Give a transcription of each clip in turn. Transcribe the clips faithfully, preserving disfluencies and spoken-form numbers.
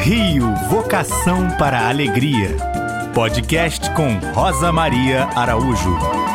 Rio, vocação para a alegria. Podcast com Rosa Maria Araújo.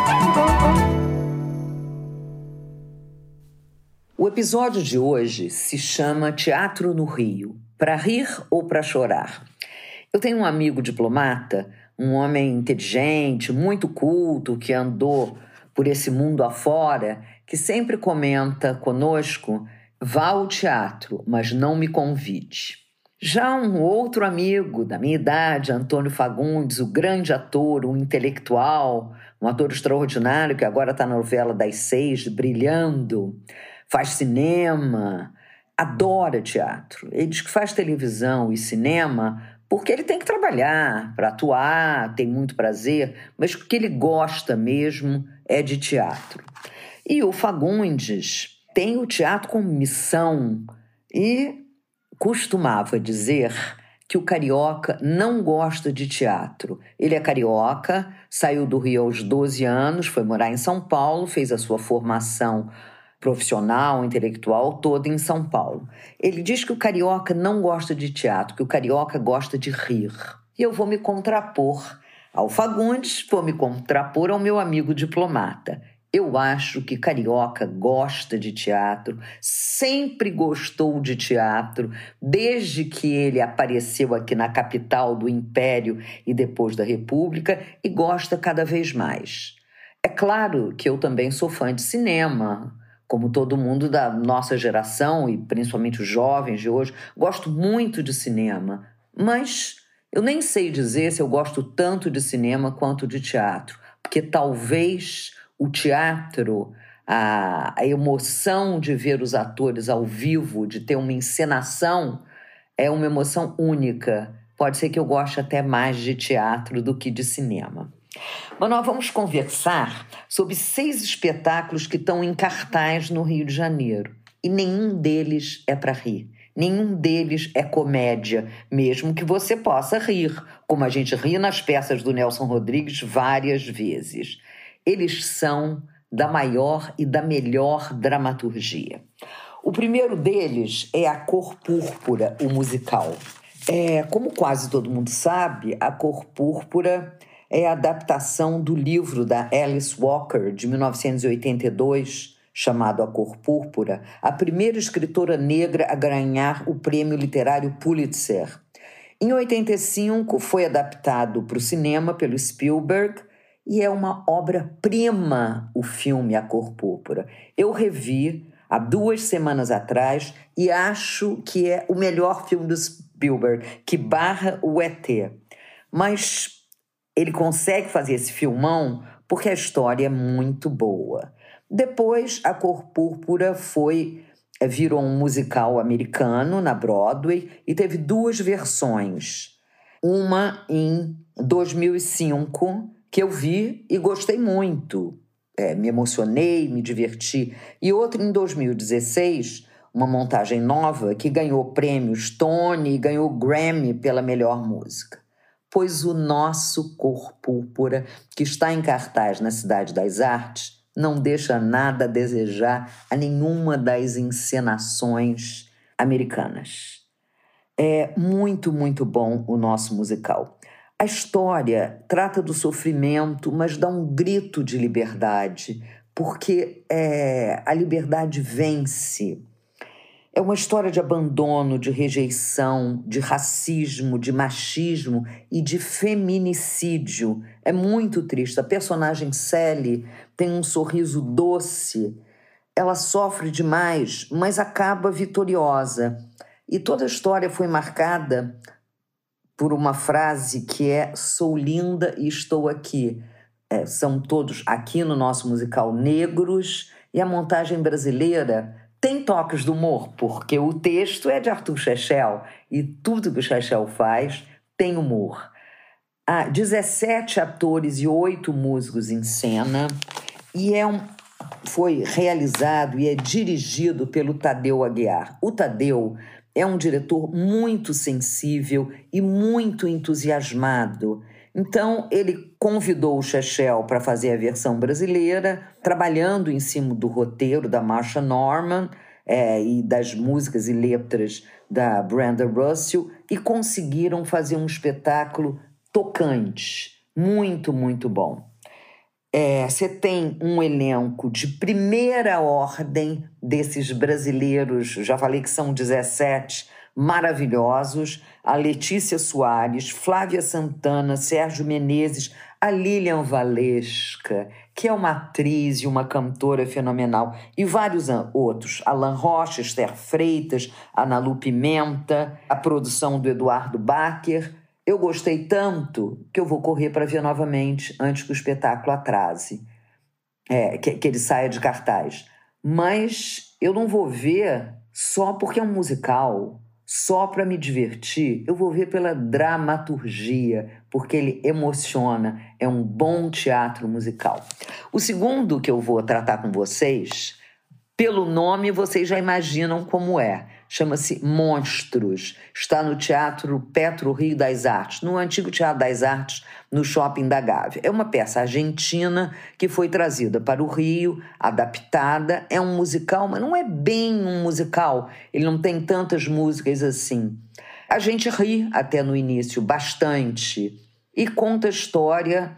O episódio de hoje se chama Teatro no Rio, para rir ou para chorar. Eu tenho um amigo diplomata, um homem inteligente, muito culto, que andou por esse mundo afora, que sempre comenta conosco: vá ao teatro, mas não me convide. Já um outro amigo da minha idade, Antônio Fagundes, o grande ator, um intelectual, um ator extraordinário que agora está na novela das seis, brilhando, faz cinema, adora teatro. Ele diz que faz televisão e cinema porque ele tem que trabalhar para atuar, tem muito prazer, mas o que ele gosta mesmo é de teatro. E o Fagundes tem o teatro como missão e costumava dizer que o carioca não gosta de teatro. Ele é carioca, saiu do Rio aos doze anos, foi morar em São Paulo, fez a sua formação profissional, intelectual, toda em São Paulo. Ele diz que o carioca não gosta de teatro, que o carioca gosta de rir. E eu vou me contrapor ao Fagundes, vou me contrapor ao meu amigo diplomata. Eu acho que carioca gosta de teatro, sempre gostou de teatro, desde que ele apareceu aqui na capital do Império e depois da República, e gosta cada vez mais. É claro que eu também sou fã de cinema, como todo mundo da nossa geração, e principalmente os jovens de hoje, gosto muito de cinema, mas eu nem sei dizer se eu gosto tanto de cinema quanto de teatro, porque talvez o teatro, a, a emoção de ver os atores ao vivo, de ter uma encenação, é uma emoção única. Pode ser que eu goste até mais de teatro do que de cinema. Mas nós vamos conversar sobre seis espetáculos que estão em cartaz no Rio de Janeiro. E nenhum deles é para rir. Nenhum deles é comédia, mesmo que você possa rir, como a gente ri nas peças do Nelson Rodrigues várias vezes. Eles são da maior e da melhor dramaturgia. O primeiro deles é A Cor Púrpura, o musical. É, como quase todo mundo sabe, A Cor Púrpura é a adaptação do livro da Alice Walker, de mil novecentos e oitenta e dois, chamado A Cor Púrpura, a primeira escritora negra a ganhar o prêmio literário Pulitzer. Em oitenta e cinco, foi adaptado para o cinema pelo Spielberg, e é uma obra-prima o filme A Cor Púrpura. Eu revi há duas semanas atrás e acho que é o melhor filme do Spielberg, que barra o E T. Mas ele consegue fazer esse filmão porque a história é muito boa. Depois, A Cor Púrpura foi, virou um musical americano na Broadway e teve duas versões. Uma em dois mil e cinco, que eu vi e gostei muito. É, me emocionei, me diverti. E outra em dois mil e dezesseis, uma montagem nova que ganhou prêmios Tony e ganhou Grammy pela melhor música. Pois o nosso Cor Púrpura, que está em cartaz na Cidade das Artes, não deixa nada a desejar a nenhuma das encenações americanas. É muito, muito bom o nosso musical. A história trata do sofrimento, mas dá um grito de liberdade, porque é, a liberdade vence. É uma história de abandono, de rejeição, de racismo, de machismo e de feminicídio. É muito triste. A personagem Sally tem um sorriso doce. Ela sofre demais, mas acaba vitoriosa. E toda a história foi marcada por uma frase que é: sou linda e estou aqui. É, são todos, aqui no nosso musical, negros, e a montagem brasileira tem toques de humor, porque o texto é de Arthur Chechel e tudo que o Chechel faz tem humor. Há dezessete atores e oito músicos em cena e é um, foi realizado e é dirigido pelo Tadeu Aguiar. O Tadeu é um diretor muito sensível e muito entusiasmado. Então, ele convidou o Chechel para fazer a versão brasileira, trabalhando em cima do roteiro da Marsha Norman, é, e das músicas e letras da Brenda Russell e conseguiram fazer um espetáculo tocante, muito, muito bom. É, você tem um elenco de primeira ordem desses brasileiros, já falei que são dezessete, maravilhosos, a Letícia Soares, Flávia Santana, Sérgio Menezes, a Lilian Valesca, que é uma atriz e uma cantora fenomenal, e vários outros, Alan Rocha, Esther Freitas, Ana Lu Pimenta, a produção do Eduardo Bacher. Eu gostei tanto que eu vou correr para ver novamente antes que o espetáculo atrase, é, que, que ele saia de cartaz. Mas eu não vou ver só porque é um musical, só para me divertir. Eu vou ver pela dramaturgia, porque ele emociona, é um bom teatro musical. O segundo que eu vou tratar com vocês, pelo nome vocês já imaginam como é. Chama-se Monstros. Está no Teatro Petro Rio das Artes, no antigo Teatro das Artes, no Shopping da Gávea. É uma peça argentina que foi trazida para o Rio, adaptada. É um musical, mas não é bem um musical. Ele não tem tantas músicas assim. A gente ri até no início bastante e conta a história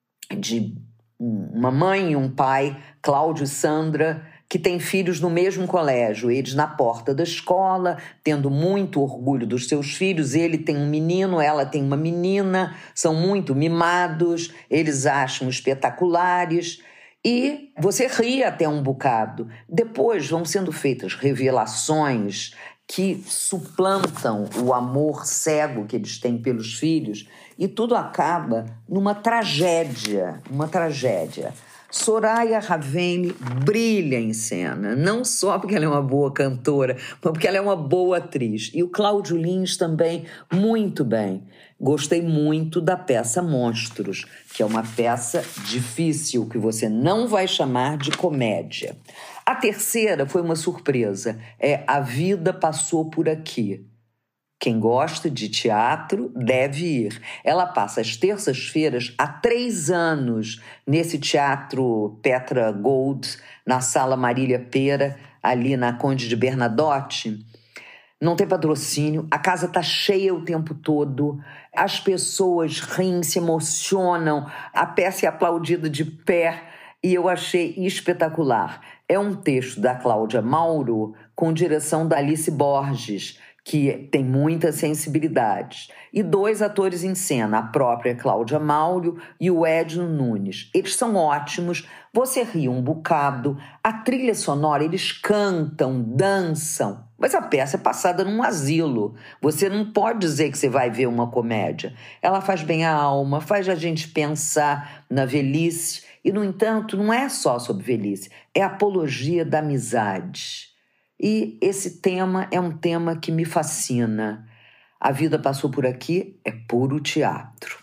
de uma mãe e um pai, Cláudio e Sandra, que têm filhos no mesmo colégio, eles na porta da escola, tendo muito orgulho dos seus filhos. Ele tem um menino, ela tem uma menina, são muito mimados, eles acham espetaculares e você ri até um bocado. Depois vão sendo feitas revelações que suplantam o amor cego que eles têm pelos filhos e tudo acaba numa tragédia, uma tragédia. Soraya Ravene brilha em cena, não só porque ela é uma boa cantora, mas porque ela é uma boa atriz. E o Cláudio Lins também, muito bem. Gostei muito da peça Monstros, que é uma peça difícil, que você não vai chamar de comédia. A terceira foi uma surpresa, é A Vida Passou Por Aqui. Quem gosta de teatro deve ir. Ela passa às terças-feiras há três anos nesse Teatro Petra Gold, na Sala Marília Pera, ali na Conde de Bernadotte. Não tem patrocínio, a casa está cheia o tempo todo, as pessoas riem, se emocionam, a peça é aplaudida de pé e eu achei espetacular. É um texto da Cláudia Mauro com direção da Alice Borges, que tem muita sensibilidade, e dois atores em cena, a própria Cláudia Mauro e o Edno Nunes. Eles são ótimos, você ri um bocado, a trilha sonora, eles cantam, dançam, mas a peça é passada num asilo. Você não pode dizer que você vai ver uma comédia. Ela faz bem a alma, faz a gente pensar na velhice, e, no entanto, não é só sobre velhice, é apologia da amizade. E esse tema é um tema que me fascina. A Vida Passou Por Aqui é puro teatro.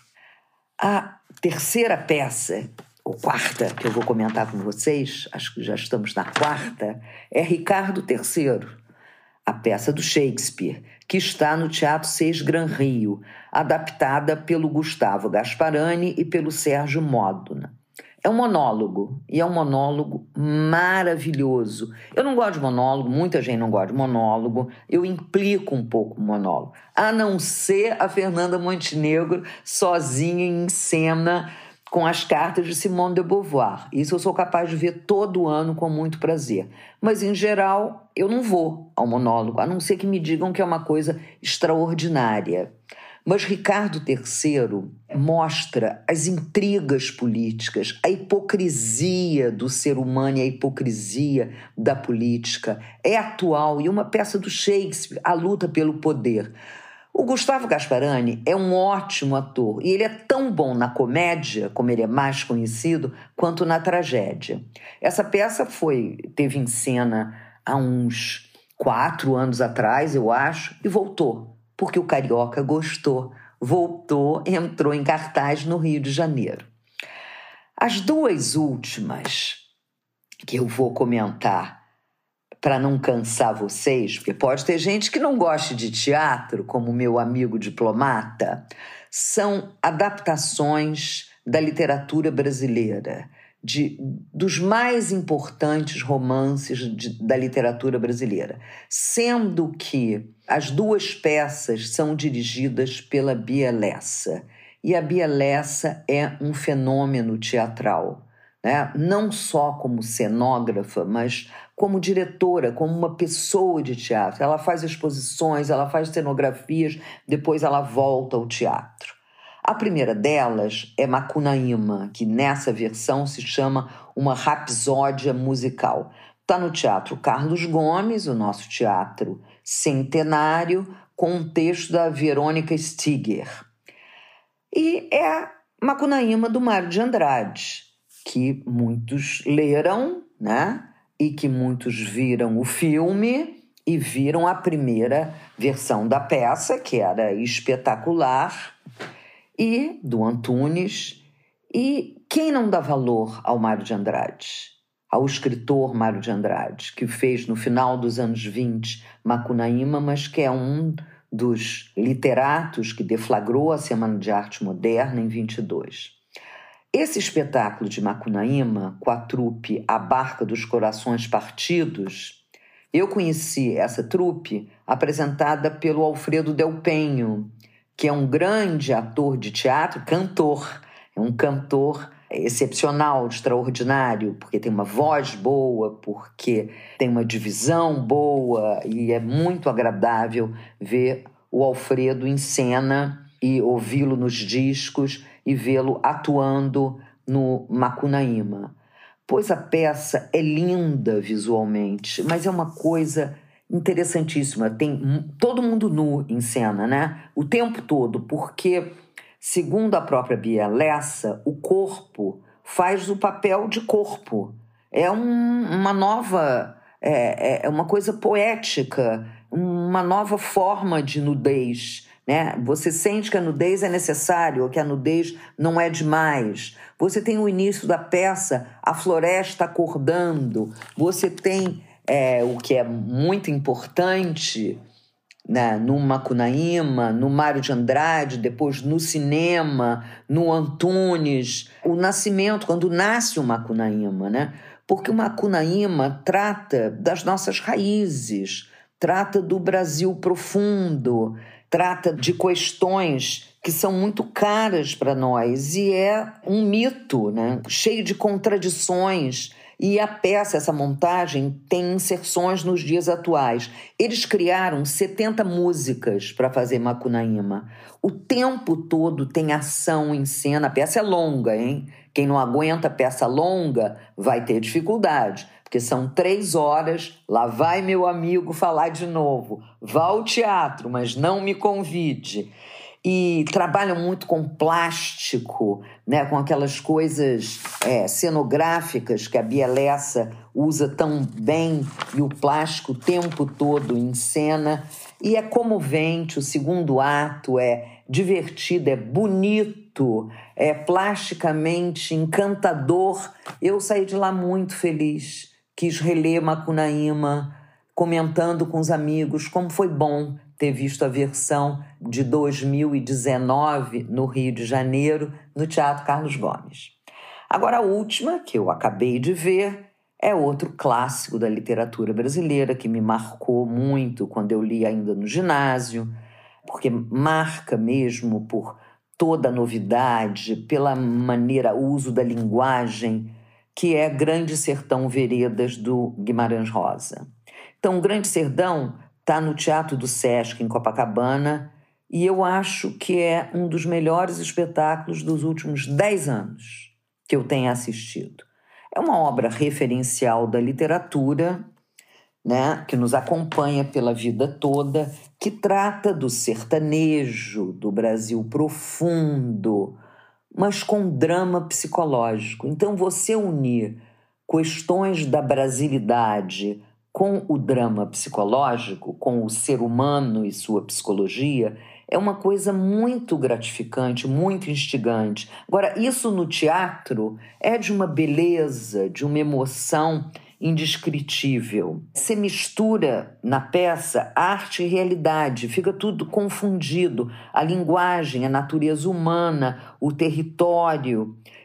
A terceira peça, ou quarta, que eu vou comentar com vocês, acho que já estamos na quarta, é Ricardo terceiro, a peça do Shakespeare, que está no Teatro Seis Gran Rio, adaptada pelo Gustavo Gasparani e pelo Sérgio Modena. É um monólogo, e é um monólogo maravilhoso. Eu não gosto de monólogo, muita gente não gosta de monólogo, eu implico um pouco o monólogo, a não ser a Fernanda Montenegro sozinha em cena com as cartas de Simone de Beauvoir. Isso eu sou capaz de ver todo ano com muito prazer. Mas, em geral, eu não vou ao monólogo, a não ser que me digam que é uma coisa extraordinária. Mas Ricardo terceiro mostra as intrigas políticas, a hipocrisia do ser humano e a hipocrisia da política. É atual e uma peça do Shakespeare, a luta pelo poder. O Gustavo Gasparani é um ótimo ator e ele é tão bom na comédia, como ele é mais conhecido, quanto na tragédia. Essa peça foi, teve em cena há uns quatro anos atrás, eu acho, e voltou. Porque o carioca gostou, voltou, entrou em cartaz no Rio de Janeiro. As duas últimas que eu vou comentar, para não cansar vocês, porque pode ter gente que não goste de teatro, como meu amigo diplomata, são adaptações da literatura brasileira, de, dos mais importantes romances de, da literatura brasileira, sendo que as duas peças são dirigidas pela Bia Lessa. E a Bia Lessa é um fenômeno teatral, né? Não só como cenógrafa, mas como diretora, como uma pessoa de teatro. Ela faz exposições, ela faz cenografias, depois ela volta ao teatro. A primeira delas é Macunaíma, que nessa versão se chama uma rapsódia musical. Está no Teatro Carlos Gomes, o nosso teatro centenário, com um texto da Verônica Stiger. E é Macunaíma do Mário de Andrade, que muitos leram, né? E que muitos viram o filme e viram a primeira versão da peça, que era espetacular, e do Antunes. E quem não dá valor ao Mário de Andrade? Ao escritor Mário de Andrade, que fez no final dos anos vinte Macunaíma, mas que é um dos literatos que deflagrou a Semana de Arte Moderna em vinte e dois. Esse espetáculo de Macunaíma, com a trupe A Barca dos Corações Partidos, eu conheci essa trupe apresentada pelo Alfredo Del Penho, que é um grande ator de teatro, cantor. É um cantor excepcional, extraordinário, porque tem uma voz boa, porque tem uma divisão boa, e é muito agradável ver o Alfredo em cena e ouvi-lo nos discos e vê-lo atuando no Macunaíma. Pois a peça é linda visualmente, mas é uma coisa interessantíssima. Tem todo mundo nu em cena, né? O tempo todo, porque, segundo a própria Bia Lessa, o corpo faz o papel de corpo. É um, uma nova... É, é uma coisa poética, uma nova forma de nudez, né? Você sente que a nudez é necessária, ou que a nudez não é demais. Você tem o início da peça, a floresta acordando. Você tem... É, o que é muito importante, né, no Macunaíma, no Mário de Andrade, depois no cinema, no Antunes, o nascimento, quando nasce o Macunaíma, né? Porque o Macunaíma trata das nossas raízes, trata do Brasil profundo, trata de questões que são muito caras para nós, e é um mito, né, cheio de contradições. E a peça, essa montagem, tem inserções nos dias atuais. Eles criaram setenta músicas para fazer Macunaíma. O tempo todo tem ação em cena. A peça é longa, hein? Quem não aguenta peça longa vai ter dificuldade, porque são três horas. Lá vai meu amigo falar de novo. Vá ao teatro, mas não me convide. E trabalham muito com plástico, né, com aquelas coisas é, cenográficas que a Bia Lessa usa tão bem, e o plástico o tempo todo em cena. E é comovente, o segundo ato é divertido, é bonito, é plasticamente encantador. Eu saí de lá muito feliz, quis reler Macunaíma, comentando com os amigos como foi bom ter visto a versão de dois mil e dezenove no Rio de Janeiro, no Teatro Carlos Gomes. Agora, a última, que eu acabei de ver, é outro clássico da literatura brasileira que me marcou muito quando eu li ainda no ginásio, porque marca mesmo por toda a novidade, pela maneira, o uso da linguagem, que é Grande Sertão Veredas, do Guimarães Rosa. Então, Grande Sertão está no Teatro do Sesc, em Copacabana, e eu acho que é um dos melhores espetáculos dos últimos dez anos que eu tenho assistido. É uma obra referencial da literatura, né, que nos acompanha pela vida toda, que trata do sertanejo, do Brasil profundo, mas com drama psicológico. Então, você unir questões da brasilidade com o drama psicológico, com o ser humano e sua psicologia, é uma coisa muito gratificante, muito instigante. Agora, isso no teatro é de uma beleza, de uma emoção indescritível. Você mistura na peça arte e realidade, fica tudo confundido. A linguagem, a natureza humana, o território.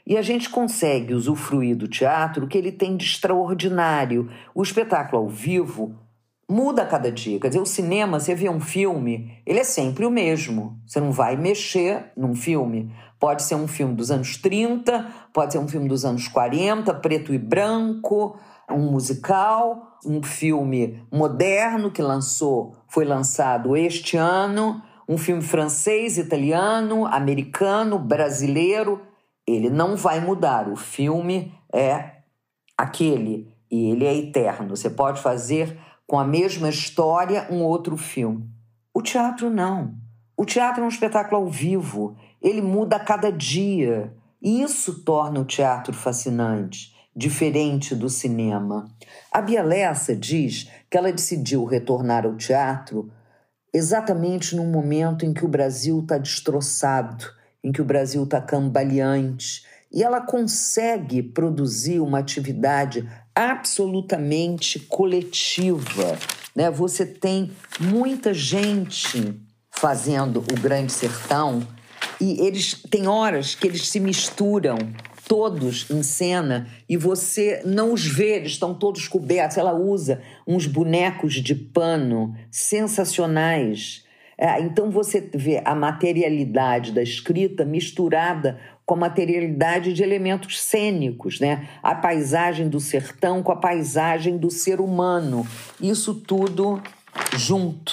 E a gente consegue usufruir do teatro o que ele tem de extraordinário. O espetáculo ao vivo muda a cada dia. Quer dizer, o cinema, você vê um filme, ele é sempre o mesmo. Você não vai mexer num filme. Pode ser um filme dos anos trinta, pode ser um filme dos anos quarenta, preto e branco, um musical, um filme moderno que lançou, foi lançado este ano, um filme francês, italiano, americano, brasileiro. Ele não vai mudar. O filme é aquele e ele é eterno. Você pode fazer com a mesma história um outro filme. O teatro não. O teatro é um espetáculo ao vivo. Ele muda a cada dia. E isso torna o teatro fascinante, diferente do cinema. A Bia Lessa diz que ela decidiu retornar ao teatro exatamente num momento em que o Brasil está destroçado, em que o Brasil está cambaleante. E ela consegue produzir uma atividade absolutamente coletiva, né? Você tem muita gente fazendo o Grande Sertão e eles tem horas que eles se misturam todos em cena e você não os vê, eles estão todos cobertos. Ela usa uns bonecos de pano sensacionais. É, então você vê a materialidade da escrita misturada com a materialidade de elementos cênicos, né? A paisagem do sertão com a paisagem do ser humano. Isso tudo junto.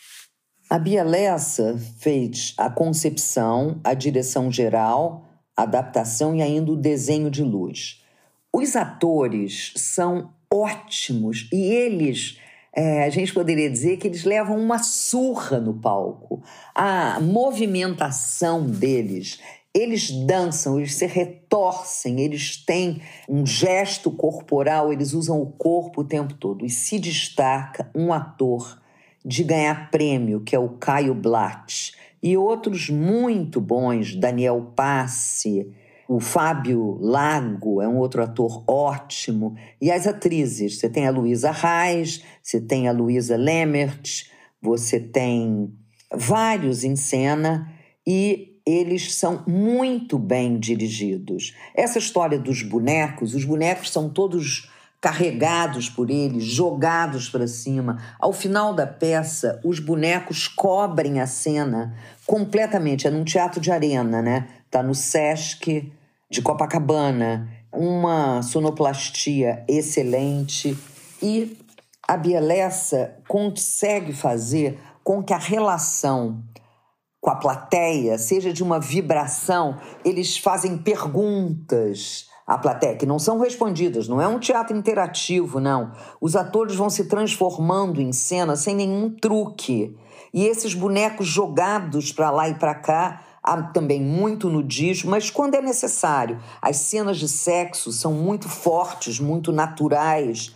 A Bia Lessa fez a concepção, a direção geral, a adaptação e ainda o desenho de luz. Os atores são ótimos e eles... É, a gente poderia dizer que eles levam uma surra no palco. A movimentação deles, eles dançam, eles se retorcem, eles têm um gesto corporal, eles usam o corpo o tempo todo. E se destaca um ator de ganhar prêmio, que é o Caio Blatt, e outros muito bons, Daniel Passe, o Fábio Lago é um outro ator ótimo. E as atrizes, você tem a Luísa Reis, você tem a Luísa Lemert, você tem vários em cena e eles são muito bem dirigidos. Essa história dos bonecos, os bonecos são todos carregados por eles, jogados para cima. Ao final da peça, os bonecos cobrem a cena completamente. É num teatro de arena, né? Tá no Sesc de Copacabana, uma sonoplastia excelente e a Bia Lessa consegue fazer com que a relação com a plateia seja de uma vibração. Eles fazem perguntas à plateia que não são respondidas, não é um teatro interativo, não. Os atores vão se transformando em cena sem nenhum truque. E esses bonecos jogados para lá e para cá, há também muito nudismo, mas quando é necessário. As cenas de sexo são muito fortes, muito naturais,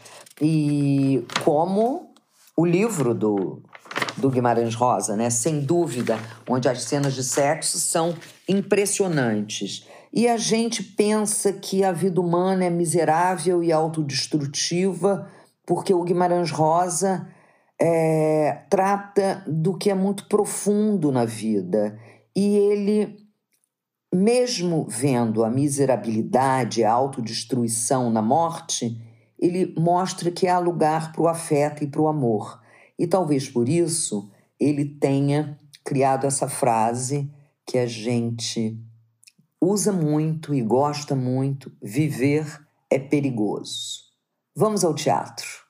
e como o livro do, do Guimarães Rosa, né? Sem dúvida, onde as cenas de sexo são impressionantes. E a gente pensa que a vida humana é miserável e autodestrutiva, porque o Guimarães Rosa é, trata do que é muito profundo na vida. E ele, mesmo vendo a miserabilidade, a autodestruição na morte, ele mostra que há lugar para o afeto e para o amor. E talvez por isso ele tenha criado essa frase que a gente usa muito e gosta muito: viver é perigoso. Vamos ao teatro.